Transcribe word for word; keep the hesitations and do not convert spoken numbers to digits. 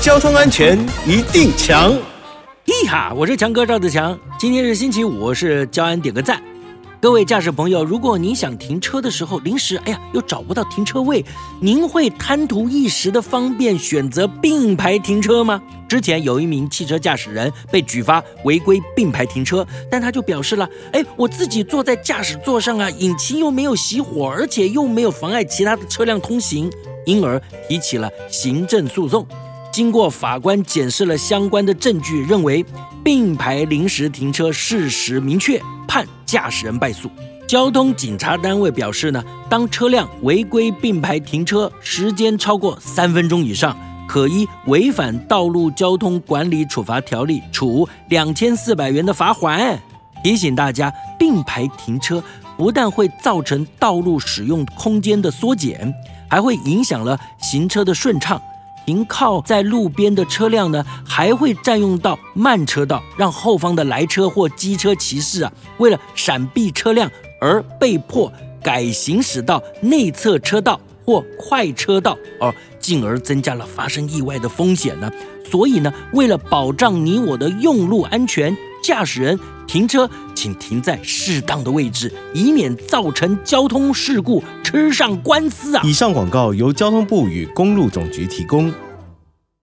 交通安全一定强。 嘿哈，我是强哥赵子强，今天是星期五，我是交安点个赞。各位驾驶朋友，如果你想停车的时候临时哎呀又找不到停车位，您会贪图一时的方便选择并排停车吗？之前有一名汽车驾驶人被举发违规并排停车，但他就表示了，哎，我自己坐在驾驶座上啊，引擎又没有熄火，而且又没有妨碍其他的车辆通行，因而提起了行政诉讼。经过法官检视了相关的证据，认为并排临时停车事实明确，判驾驶人败诉。交通警察单位表示呢，当车辆违规并排停车时间超过三分钟以上，可依违反道路交通管理处罚条例处两千四百元的罚款。提醒大家，并排停车不但会造成道路使用空间的缩减，还会影响了行车的顺畅。停靠在路边的车辆呢，还会占用到慢车道，让后方的来车或机车骑士啊，为了闪避车辆而被迫改行驶到内侧车道或快车道，而进而增加了发生意外的风险呢。所以呢，为了保障你我的用路安全，驾驶人停车请停在适当的位置，以免造成交通事故，吃上官司啊！ 以上广告由交通部与公路总局提供。